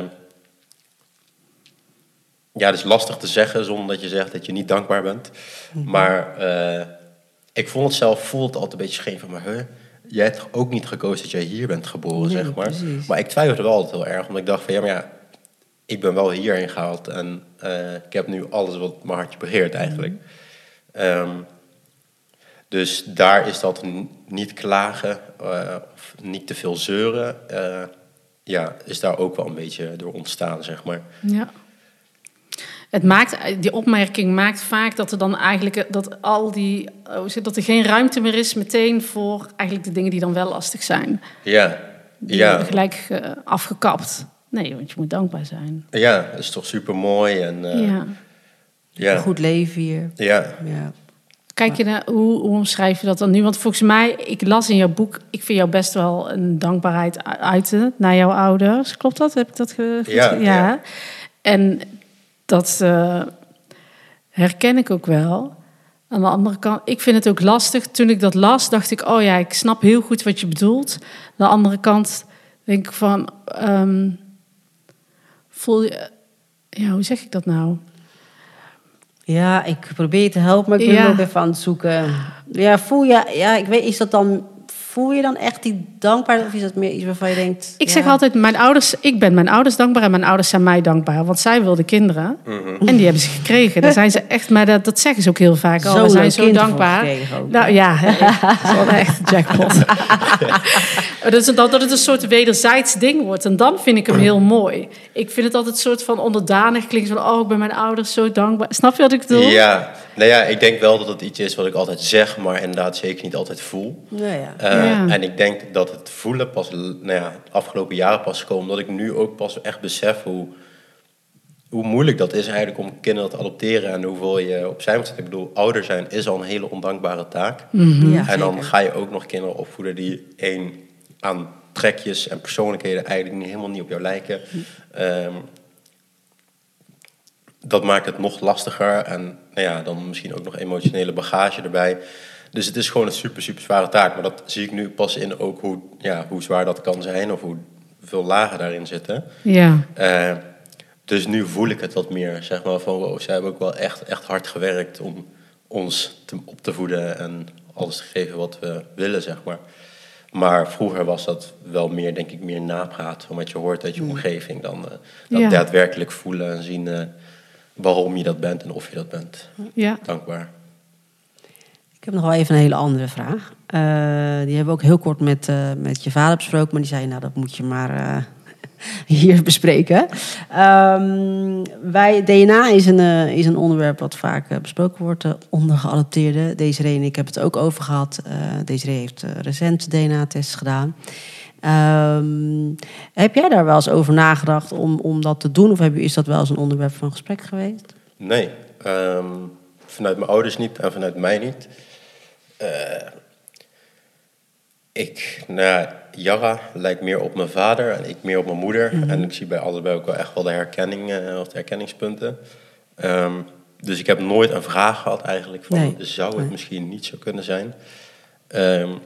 ja, het is lastig te zeggen zonder dat je zegt dat je niet dankbaar bent. Mm-hmm. Maar uh, ik vond het zelf, voelde het altijd een beetje scheef van me. Huh? Jij hebt toch ook niet gekozen dat jij hier bent geboren, Nee, zeg maar. Precies. Maar ik twijfelde wel altijd heel erg, omdat ik dacht van ja, maar ja, ik ben wel hierheen gehaald en uh, ik heb nu alles wat mijn hartje begeert eigenlijk. Mm-hmm. Um, dus daar is dat n- niet klagen uh, of niet te veel zeuren, uh, ja, is daar ook wel een beetje door ontstaan, zeg maar. Ja. Het maakt, die opmerking maakt vaak dat er dan eigenlijk dat al die, oh, dat er geen ruimte meer is meteen voor eigenlijk de dingen die dan wel lastig zijn. Ja, die ja. worden gelijk uh, afgekapt. Nee, want je moet dankbaar zijn. Ja, dat is toch super mooi en uh, ja. Ja. Een goed leven hier. Ja. Ja. Kijk je naar, hoe, hoe omschrijf je dat dan nu? Want volgens mij, ik las in jouw boek, ik vind jou best wel een dankbaarheid uiten naar jouw ouders. Klopt dat? Heb ik dat ge- goed Ja, ge- ja. ja. En dat uh, herken ik ook wel. Aan de andere kant, ik vind het ook lastig. Toen ik dat las, dacht ik, oh ja, ik snap heel goed wat je bedoelt. Aan de andere kant denk ik van, um, voel je, ja, hoe zeg ik dat nou? Ja, ik probeer je te helpen, maar ik ben Ja. er ook even aan het zoeken. Ja, voel je, ja, ik weet, is dat dan, voel je dan echt die dankbaarheid? Of is dat meer iets waarvan je denkt... Ik ja. zeg altijd, mijn ouders, ik ben mijn ouders dankbaar en mijn ouders zijn mij dankbaar. Want zij wilden kinderen Mm-hmm. en die hebben ze gekregen. Daar zijn ze echt, maar dat, dat zeggen ze ook heel vaak. Oh, Zo we zijn leuk zo kind ervoor dankbaar. gekregen ook. Nou ja, hè, dat is wel echt een jackpot. Dus dat, dat het een soort wederzijds ding wordt. En dan vind ik hem heel mooi. Ik vind het altijd een soort van onderdanig klinkt van, oh, ik ben mijn ouders zo dankbaar. Snap je wat ik bedoel? Ja, nou ja, ik denk wel dat het iets is wat ik altijd zeg, maar inderdaad zeker niet altijd voel. Nou ja. Uh, Ja. En ik denk dat het voelen pas, nou ja, de afgelopen jaren pas gekomen, omdat ik nu ook pas echt besef hoe, hoe moeilijk dat is eigenlijk om kinderen te adopteren en hoeveel je opzij moet zetten. Ik bedoel, ouder zijn is al een hele ondankbare taak. Mm-hmm. Ja, En dan zeker. ga je ook nog kinderen opvoeden die één aan trekjes en persoonlijkheden eigenlijk niet, helemaal niet op jou lijken. Um, dat maakt het nog lastiger en nou ja, dan misschien ook nog emotionele bagage erbij. Dus het is gewoon een super, super zware taak. Maar dat zie ik nu pas in ook hoe, ja, hoe zwaar dat kan zijn of hoe veel lagen daarin zitten. Ja. Uh, dus nu voel ik het wat meer, zeg maar, van wow, zij hebben ook wel echt, echt hard gewerkt om ons te, op te voeden en alles te geven wat we willen, zeg maar. Maar vroeger was dat wel meer, denk ik, meer napraten van wat je hoort uit je omgeving dan uh, dat Ja. daadwerkelijk voelen en zien uh, waarom je dat bent en of je dat bent. Ja. Dankbaar. Ik heb nog wel even een hele andere vraag. Uh, die hebben we ook heel kort met, uh, met je vader besproken. Maar die zei, nou, dat moet je maar uh, hier bespreken. Um, wij, D N A is een, uh, is een onderwerp wat vaak uh, besproken wordt uh, onder geadopteerden. Desiree en ik hebben het ook over gehad. Uh, Desiree heeft uh, recent D N A-tests gedaan. Um, heb jij daar wel eens over nagedacht om, om dat te doen? Of heb je, is dat wel eens een onderwerp van gesprek geweest? Nee, um, vanuit mijn ouders niet en vanuit mij niet. Uh, ik, nou, Jara lijkt meer op mijn vader en ik meer op mijn moeder. Mm-hmm. En ik zie bij allebei ook wel echt wel de herkenning uh, of de herkenningspunten. Um, dus ik heb nooit een vraag gehad eigenlijk van, Nee. zou het Nee. misschien niet zo kunnen zijn? Um,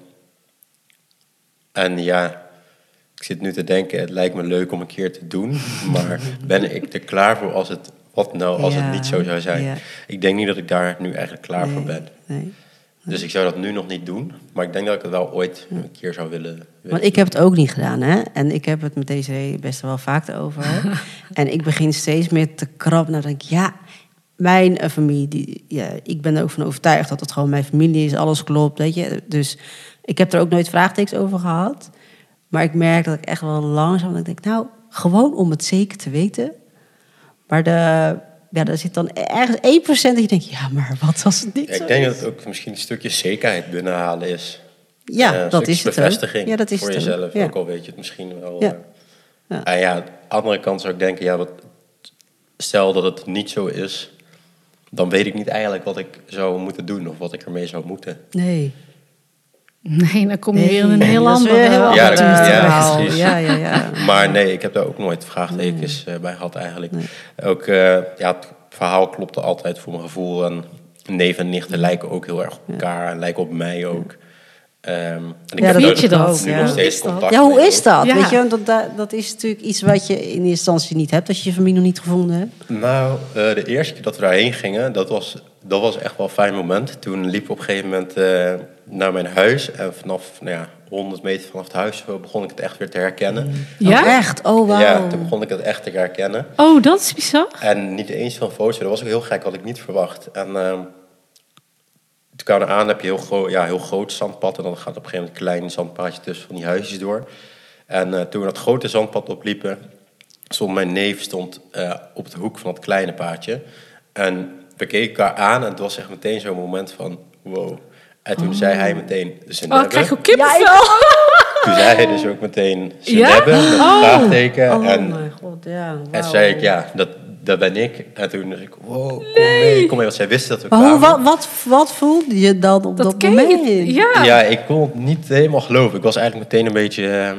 en ja, ik zit nu te denken, het lijkt me leuk om een keer te doen, maar ben ik er klaar voor als het, wat nou als Ja, het niet zo zou zijn? ja. Ik denk niet dat ik daar nu eigenlijk klaar Nee, voor ben. Nee. Dus ik zou dat nu nog niet doen, maar ik denk dat ik het wel ooit een keer zou willen. willen Want ik heb het ook niet gedaan, hè? En ik heb het met deze best wel vaak over. En ik begin steeds meer te krabben. Dan denk ik, ja, mijn uh, familie, die, ja, ik ben er ook van overtuigd dat het gewoon mijn familie is, alles klopt, weet je. Dus ik heb er ook nooit vraagtekens over gehad. Maar ik merk dat ik echt wel langzaam, dat ik denk, nou, gewoon om het zeker te weten. Maar de, ja, daar zit dan ergens één procent dat je denkt, ja, maar wat als het niet Ja, zo ik denk is? dat het ook misschien een stukje zekerheid binnenhalen is. Ja, Eh, een dat stukje is het ook. bevestiging Ja, dat is voor het ook. jezelf, Ja. ook al weet je het misschien wel. Ja. eh. Ja. En ja, aan de andere kant zou ik denken, ja, wat, stel dat het niet zo is, dan weet ik niet eigenlijk wat ik zou moeten doen of wat ik ermee zou moeten. Nee. Nee, dan kom je Nee, weer in een heel dat is ander weer een heel eh, Ja, ander dat- ja, verhaal. precies. Ja, ja, ja. Maar nee, ik heb daar ook nooit vraagtekens eh, bij gehad eigenlijk. Nee. Ook, uh, ja, het verhaal klopte altijd voor mijn gevoel. En neef en nichten lijken ook heel erg op elkaar en lijken op mij ook. Um, en ik Ja, heb dat er weet je dat? nu Ja. nog Hoe steeds is dat? contact Ja, hoe mee is ook. dat? Ja. Weet je, dat, dat, dat is natuurlijk iets wat je in eerste instantie niet hebt als je je familie nog niet gevonden hebt. Nou, uh, de eerste keer dat we daarheen gingen, dat was, dat was echt wel een fijn moment. Toen liepen we op een gegeven moment uh, naar mijn huis. En vanaf nou ja, honderd meter vanaf het huis begon ik het echt weer te herkennen. Ja? Oh, echt? Oh, wauw. Ja, toen begon ik het echt te herkennen. Oh, dat is bizar. En niet eens van foto's, dat was ook heel gek, had ik niet verwacht. En uh, toen kwam er aan, heb je heel, gro- ja, heel groot zandpad. En dan gaat op een gegeven moment een klein zandpaadje tussen van die huisjes door. En uh, toen we dat grote zandpad opliepen, stond mijn neef stond, uh, op de hoek van het kleine paadje. En we keken elkaar aan en het was echt meteen zo'n moment van wow. En toen oh. zei hij meteen zijn Oh, ik krijg ook kippenvel. Ja, Toen zei hij dus ook meteen zijn Ja? hebben met een Oh. vraagteken. Oh en, mijn god, ja. Wow. en zei ik, ja, dat, dat ben ik. En toen dacht ik, wow, kom mee, kom mee. Want zij wisten dat we Maar kwamen. hoe, wat, wat, wat voelde je dan op dat, Dat ken moment? je. Ja. Ja, ik kon het niet helemaal geloven. Ik was eigenlijk meteen een beetje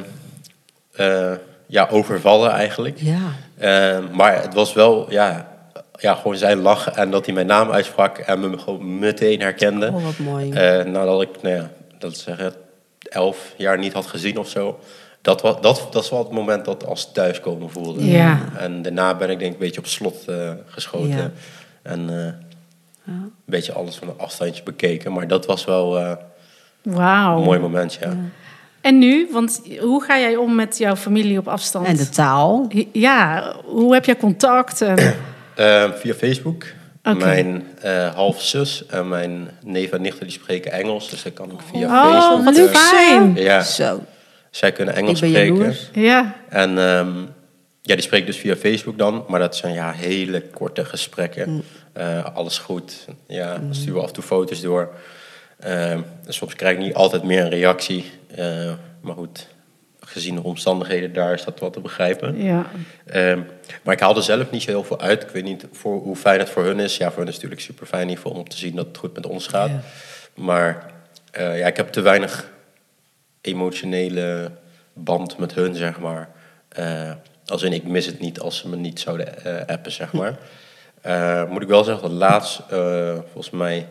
uh, uh, ja, overvallen eigenlijk. Ja. Uh, maar het was wel, ja, ja, gewoon zijn lach en dat hij mijn naam uitsprak en me gewoon meteen herkende. Oh, wat mooi. Uh, nadat ik, nou ja, dat is zeggen, elf jaar niet had gezien of zo. Dat was, dat, dat is wel het moment dat als thuiskomen voelde. Ja. En daarna ben ik denk ik een beetje op slot uh, geschoten. Ja. En uh, Ja. een beetje alles van een afstandje bekeken. Maar dat was wel uh, Wauw. een mooi moment, ja. Ja. En nu? Want hoe ga jij om met jouw familie op afstand? En de taal. Ja, hoe heb jij contact? En... Uh, via Facebook. Okay. Mijn uh, halfzus en mijn neef en nichten die spreken Engels. Dus dat kan ook via oh, Facebook. wat Dus, fijn. ja, Zo. zij kunnen Engels Ik ben spreken. jaloers. Ja. En um, ja, die spreken dus via Facebook dan. Maar dat zijn ja, hele korte gesprekken. Mm. Uh, alles goed. Ja, mm. sturen we af en toe foto's door. Uh, soms krijg ik niet altijd meer een reactie. Uh, maar goed, gezien de omstandigheden daar is dat wat te begrijpen. Ja. Um, maar ik haal er zelf niet zo heel veel uit. Ik weet niet voor, hoe fijn het voor hun is. Ja, voor hun is het natuurlijk super fijn in ieder geval om te zien dat het goed met ons gaat. Ja. Maar uh, ja, ik heb te weinig emotionele band met hun, zeg maar. Uh, als in, ik mis het niet als ze me niet zouden uh, appen, zeg maar. Uh, moet ik wel zeggen dat laatst, uh, volgens mij,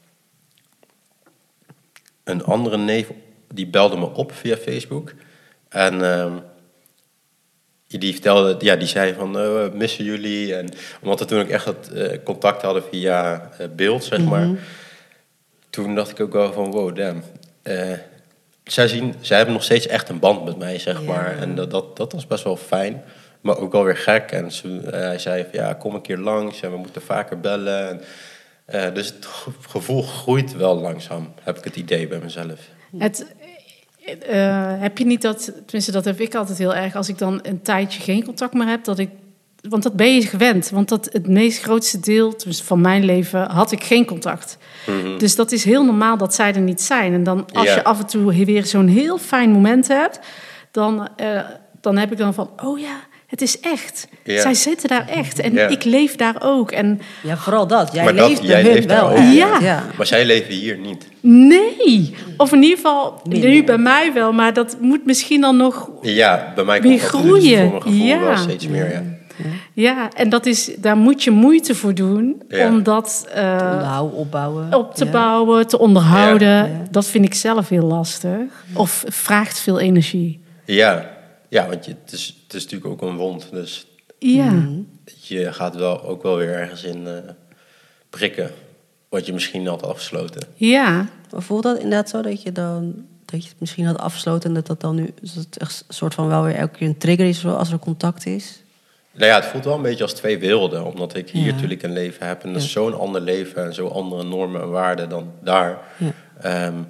een andere neef, die belde me op via Facebook. En uh, die vertelde, ja, die zei van, uh, missen jullie? En omdat we toen ook echt dat uh, contact hadden via uh, beeld, zeg maar. Mm-hmm. Toen dacht ik ook wel van, wow, damn. Uh, zij, zien, zij hebben nog steeds echt een band met mij, zeg ja. maar. En dat, dat, dat was best wel fijn. Maar ook wel weer gek. En ze, uh, hij zei van, ja, kom een keer langs. En we moeten vaker bellen. En, uh, dus het gevoel groeit wel langzaam, heb ik het idee bij mezelf. Het, uh, heb je niet dat, tenminste dat heb ik altijd heel erg, als ik dan een tijdje geen contact meer heb, dat ik, want dat ben je gewend. Want dat het meest grootste deel van mijn leven had ik geen contact. Mm-hmm. Dus dat is heel normaal dat zij er niet zijn. En dan als ja. je af en toe weer zo'n heel fijn moment hebt, dan, uh, dan heb ik dan van, oh ja, het is echt. Ja. Zij zitten daar echt. En ja. ik leef daar ook. En, ja, vooral dat. Jij maar leeft dat, jij leeft wel. Ook, ja. ja. Maar zij leven hier niet. Nee. Of in ieder geval, nee. nu bij mij wel. Maar dat moet misschien dan nog ja, bij mij weer komt groeien. Dat voor mijn gevoel ja. wel steeds meer, ja. Ja, en dat is, daar moet je moeite voor doen Ja. om dat Te eh, onderhouden, opbouwen. op te Ja. bouwen, te onderhouden. Ja. Dat vind ik zelf heel lastig. Of vraagt veel energie. Ja, ja want je, het, is, het is natuurlijk ook een wond. Dus Ja, Mhm. je gaat wel ook wel weer ergens in uh, prikken. Wat je misschien had afgesloten. ja. Maar voelt dat inderdaad zo dat je dan dat je het misschien had afgesloten en dat dat dan nu dat het echt een soort van wel weer elke keer een trigger is als er contact is? Nou ja, het voelt wel een beetje als twee werelden. Omdat ik hier Ja. natuurlijk een leven heb. En dat is Ja. zo'n ander leven en zo andere normen en waarden dan daar. Ja. Um,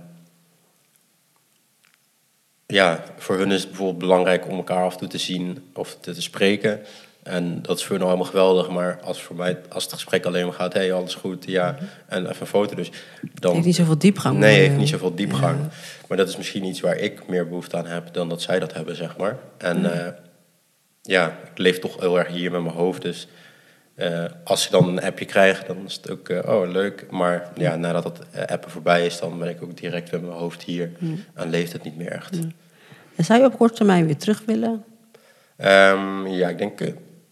ja, voor hun is het bijvoorbeeld belangrijk om elkaar af en toe te zien of te, te spreken. En dat is voor hen allemaal geweldig. Maar als, voor mij, als het gesprek alleen maar gaat, hé, hey, alles goed, ja, en even een foto. Dus dan, Het heeft niet zoveel diepgang. Nee, maar, heeft niet zoveel diepgang. Ja. Maar dat is misschien iets waar ik meer behoefte aan heb dan dat zij dat hebben, zeg maar. En ja, uh, ja ik leef toch heel erg hier met mijn hoofd. Dus uh, als ik dan een appje krijg, dan is het ook, uh, oh, leuk. Maar ja, nadat dat appen voorbij is, dan ben ik ook direct met mijn hoofd hier. Mm. En leeft het niet meer echt. Mm. En zou je op korte termijn weer terug willen? Um, ja, ik denk... Uh,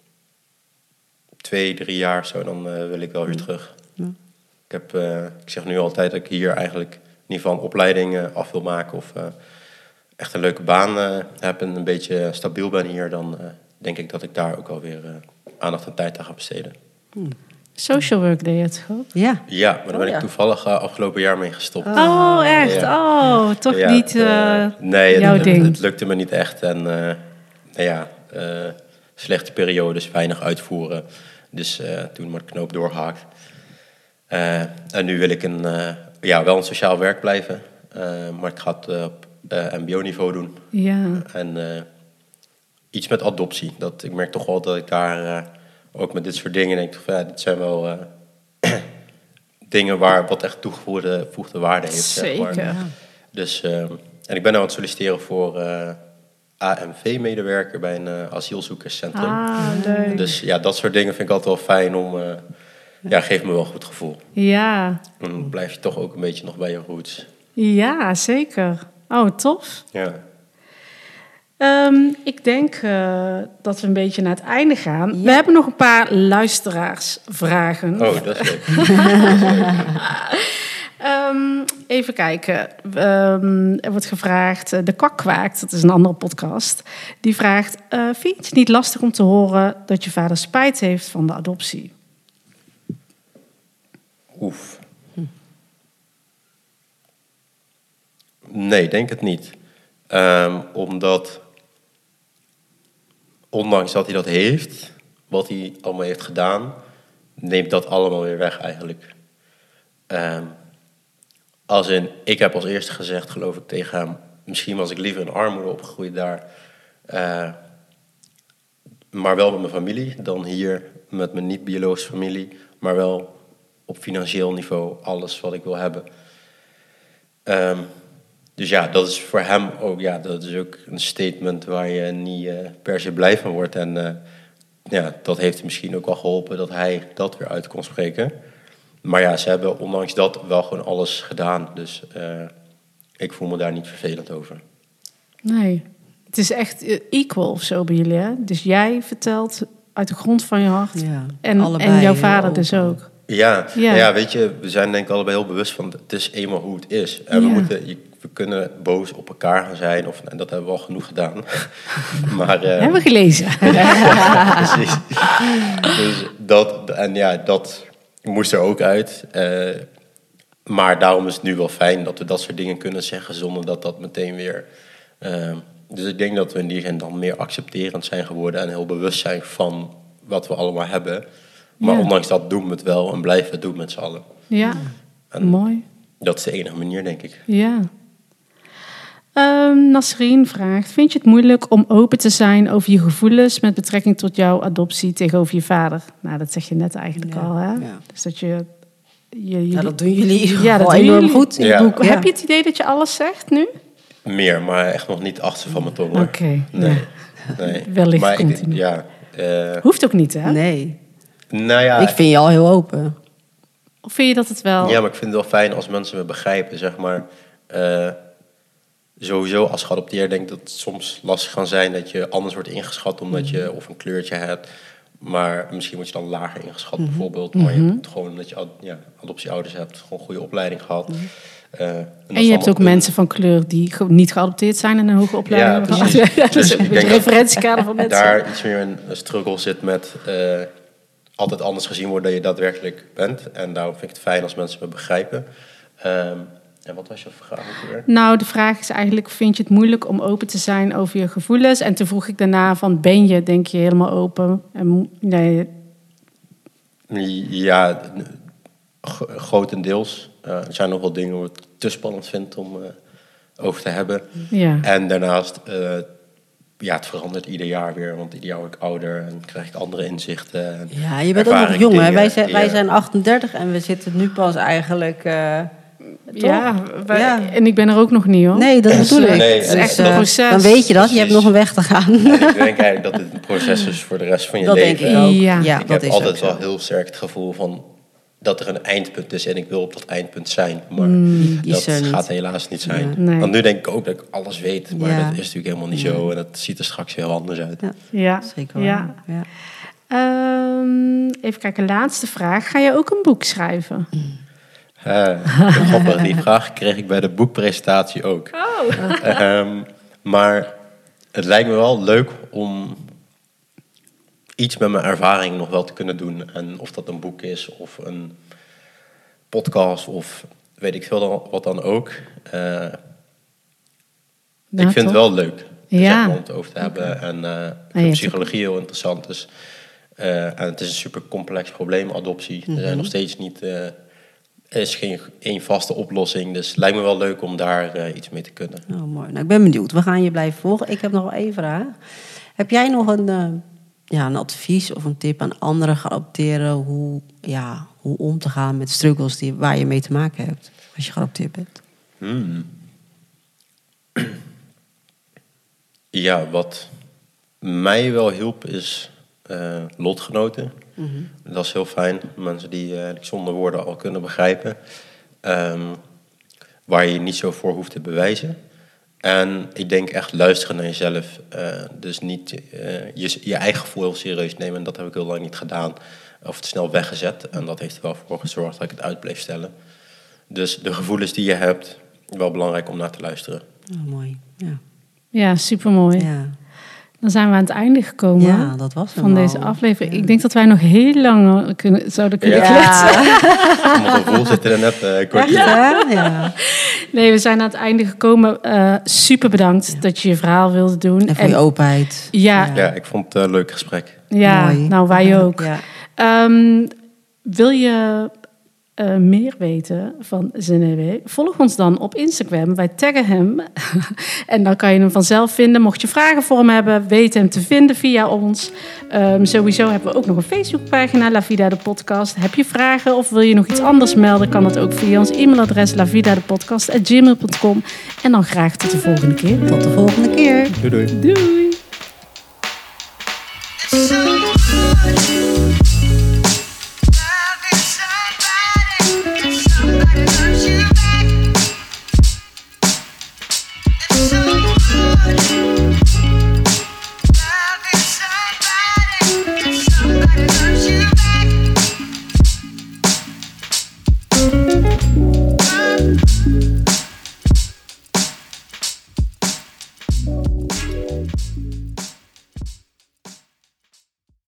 twee, drie jaar zo, dan uh, wil ik wel weer terug. Ja. Ik, heb, uh, ik zeg nu altijd dat ik hier eigenlijk in ieder geval een opleiding uh, af wil maken of uh, echt een leuke baan uh, heb en een beetje stabiel ben hier, dan uh, denk ik dat ik daar ook alweer uh, aandacht en tijd aan ga besteden. Hmm. Social work deed je het goed? Ja. Ja, maar daar ben oh, ja. ik toevallig uh, afgelopen jaar mee gestopt. Oh, echt? Ja. Oh, toch ja, niet uh, uh, nee, jouw het, ding? Het, het lukte me niet echt en uh, nou ja, uh, slechte periodes, weinig uitvoeren. Dus uh, toen maar de knoop doorgehaakt. Uh, en nu wil ik een, uh, ja, wel een sociaal werk blijven. Uh, maar ik ga het uh, op uh, M B O-niveau doen. Ja. En uh, iets met adoptie. Dat, ik merk toch wel dat ik daar uh, ook met dit soort dingen denk van, ja, dit zijn wel uh, dingen waar wat echt toegevoegde waarde heeft. Zeker. Zeg maar. Dus, uh, en ik ben nou aan het solliciteren voor uh, A M V-medewerker bij een uh, asielzoekerscentrum. Ah, leuk. Dus ja, dat soort dingen vind ik altijd wel fijn om... Uh, ja, geeft me wel een goed gevoel. Ja. En dan blijf je toch ook een beetje nog bij je roots. Ja, zeker. Oh, tof. Ja. Um, ik denk uh, dat we een beetje naar het einde gaan. Ja. We hebben nog een paar luisteraarsvragen. Oh, dat is leuk. dat is leuk. Um, even kijken. Um, er wordt gevraagd... Uh, de Kwak Kwaakt, dat is een andere podcast... die vraagt... Uh, vind je het niet lastig om te horen... dat je vader spijt heeft van de adoptie? Oef. Hm. Nee, denk het niet. Um, omdat... ondanks dat hij dat heeft... wat hij allemaal heeft gedaan... neemt dat allemaal weer weg eigenlijk. Um, Als in, ik heb als eerste gezegd, geloof ik, tegen hem... misschien was ik liever in armoede opgegroeid daar... Uh, maar wel met mijn familie... dan hier met mijn niet-biologische familie... maar wel op financieel niveau alles wat ik wil hebben. Um, dus ja, dat is voor hem ook... ja, dat is ook een statement waar je niet uh, per se blij van wordt. En uh, ja, dat heeft hem misschien ook wel geholpen... dat hij dat weer uit kon spreken... Maar ja, ze hebben ondanks dat wel gewoon alles gedaan. Dus uh, ik voel me daar niet vervelend over. Nee, het is echt equal of zo bij jullie, hè? Dus jij vertelt uit de grond van je hart. Ja, en, allebei, en jouw vader open. dus ook. Ja, ja. ja, weet je, we zijn denk ik allebei heel bewust van... het is eenmaal hoe het is. En ja. we, moeten, we kunnen boos op elkaar gaan zijn. Of, en dat hebben we al genoeg gedaan. maar, uh, hebben we gelezen. ja, precies. Dus dat, en ja, dat... moest er ook uit. Uh, maar daarom is het nu wel fijn dat we dat soort dingen kunnen zeggen... zonder dat dat meteen weer... Uh, dus ik denk dat we in die zin dan meer accepterend zijn geworden... en heel bewust zijn van wat we allemaal hebben. Maar ja. ondanks dat doen we het wel en blijven we het doen met z'n allen. Ja, en mooi. Dat is de enige manier, denk ik. Ja. Um, Nasreen vraagt... vind je het moeilijk om open te zijn over je gevoelens... met betrekking tot jouw adoptie tegenover je vader? Nou, dat zeg je net eigenlijk ja, al, hè? Ja. Dus dat je... je jullie... Ja, dat doen jullie ja, dat doen enorm jullie. goed in ja. het boek. Ja. Heb je het idee dat je alles zegt nu? Meer, maar echt nog niet achter van mijn tong. Oké. Okay, nee. Ja. nee. Wellicht maar komt ik, hij ja, uh, hoeft ook niet, hè? Nee. Nou ja... Ik vind je al heel open. Of vind je dat het wel... Ja, maar ik vind het wel fijn als mensen me begrijpen, zeg maar... Uh, Sowieso als geadopteerd denk ik dat het soms lastig kan zijn dat je anders wordt ingeschat omdat je of een kleurtje hebt Maar misschien word je dan lager ingeschat Mm-hmm. bijvoorbeeld. Maar je hebt gewoon dat je ad- ja, adoptieouders hebt, gewoon een goede opleiding gehad. Mm-hmm. Uh, en, En je hebt ook mensen van kleur die ge- niet geadopteerd zijn en een hoge opleiding Ja, hebben precies. gehad. Ja, dat Dus is ook een ik beetje denk dat referentiekader van mensen. daar iets meer een struggle zit met uh, altijd anders gezien worden dan je daadwerkelijk bent. En daarom vind ik het fijn als mensen me begrijpen. Um, en wat was je vraag ook weer? Nou, de vraag is eigenlijk, vind je het moeilijk om open te zijn over je gevoelens? En toen vroeg ik daarna van, ben je, denk je, helemaal open? En, nee. Ja, g- grotendeels. Uh, er zijn nog wel dingen waar ik het te spannend vind om uh, over te hebben. Ja. En daarnaast, uh, ja, het verandert ieder jaar weer. Want ieder jaar word ik ouder en krijg ik andere inzichten. En Ja, je bent ook nog jong, hè? Wij zijn, die, wij uh, zijn achtendertig en we zitten nu pas eigenlijk... Uh, Ja, wij, ja, en ik ben er ook nog niet, hoor. nee, dat bedoel ik. Nee, het is en- echt Dus, een uh, proces. Dan weet je dat, je Precies. hebt nog een weg te gaan. En ik denk eigenlijk dat dit een proces is voor de rest van je Dat leven. denk ik ook. Ja. Ja, ik dat heb is altijd ook wel zo. heel sterk het gevoel van dat er een eindpunt is en ik wil op dat eindpunt zijn. Maar Die dat is er niet. gaat helaas niet zijn. Ja. Nee. Want nu denk ik ook dat ik alles weet, maar Ja. dat is natuurlijk helemaal niet Ja. zo. En dat ziet er straks heel anders uit. Ja, Ja, zeker wel. ja. Ja. Ehm, even kijken, laatste vraag. Ga je ook een boek schrijven? Uh, grappig, die vraag kreeg ik bij de boekpresentatie ook. Oh. Um, maar het lijkt me wel leuk om iets met mijn ervaring nog wel te kunnen doen. En of dat een boek is of een podcast of weet ik veel dan, wat dan ook. Uh, Nou, ik vind toch? het wel leuk Ja. zeg maar, om het over te hebben. En uh, ik vind hebt psychologie heel interessant. Dus, uh, en het is een super complex probleem, adoptie. Er zijn nog steeds niet... Uh, er is geen één vaste oplossing. Dus het lijkt me wel leuk om daar uh, iets mee te kunnen. Oh, mooi. Nou, ik ben benieuwd. We gaan je blijven volgen. Ik heb nog wel één vraag. Heb jij nog een, uh, ja, een advies of een tip aan andere geadopteerden hoe, ja, hoe om te gaan met struggles die, waar je mee te maken hebt als je geadopteerd bent? Hmm. Ja, wat mij wel hielp is uh, lotgenoten. Mm-hmm. Dat is heel fijn. Mensen die uh, zonder woorden al kunnen begrijpen. Um, waar je je niet zo voor hoeft te bewijzen. En ik denk echt luisteren naar jezelf. Uh, dus niet uh, je, je eigen gevoel serieus nemen. En dat heb ik heel lang niet gedaan. Of het snel weggezet. En dat heeft er wel voor gezorgd dat ik het uit bleef stellen. Dus de gevoelens die je hebt, wel belangrijk om naar te luisteren. Oh, mooi. Ja. Ja, supermooi. Ja. Dan zijn we aan het einde gekomen Ja, dat was van hem deze al. aflevering. Ja. Ik denk dat wij nog heel lang kunnen, zouden kunnen Ja. kletsen. Ja. Mijn gevoel zit er net uh, kort in. Ja. Ja. Nee, we zijn aan het einde gekomen. Uh, super bedankt Ja. dat je je verhaal wilde doen. En voor je openheid. Ja, Ja. Ja, ik vond het een leuk gesprek. ja, Mooi. nou wij ook. Ja. Um, wil je uh, meer weten van Zenewe? Volg ons dan op Instagram. Wij taggen hem. En dan kan je hem vanzelf vinden. Mocht je vragen voor hem hebben, weet hem te vinden via ons. Um, sowieso hebben we ook nog een Facebookpagina, La Vida de Podcast. Heb je vragen of wil je nog iets anders melden, kan dat ook via ons e-mailadres lavidadepodcast at gmail dot com. En dan graag tot de volgende keer. Tot de volgende keer. Doei doei. Doei!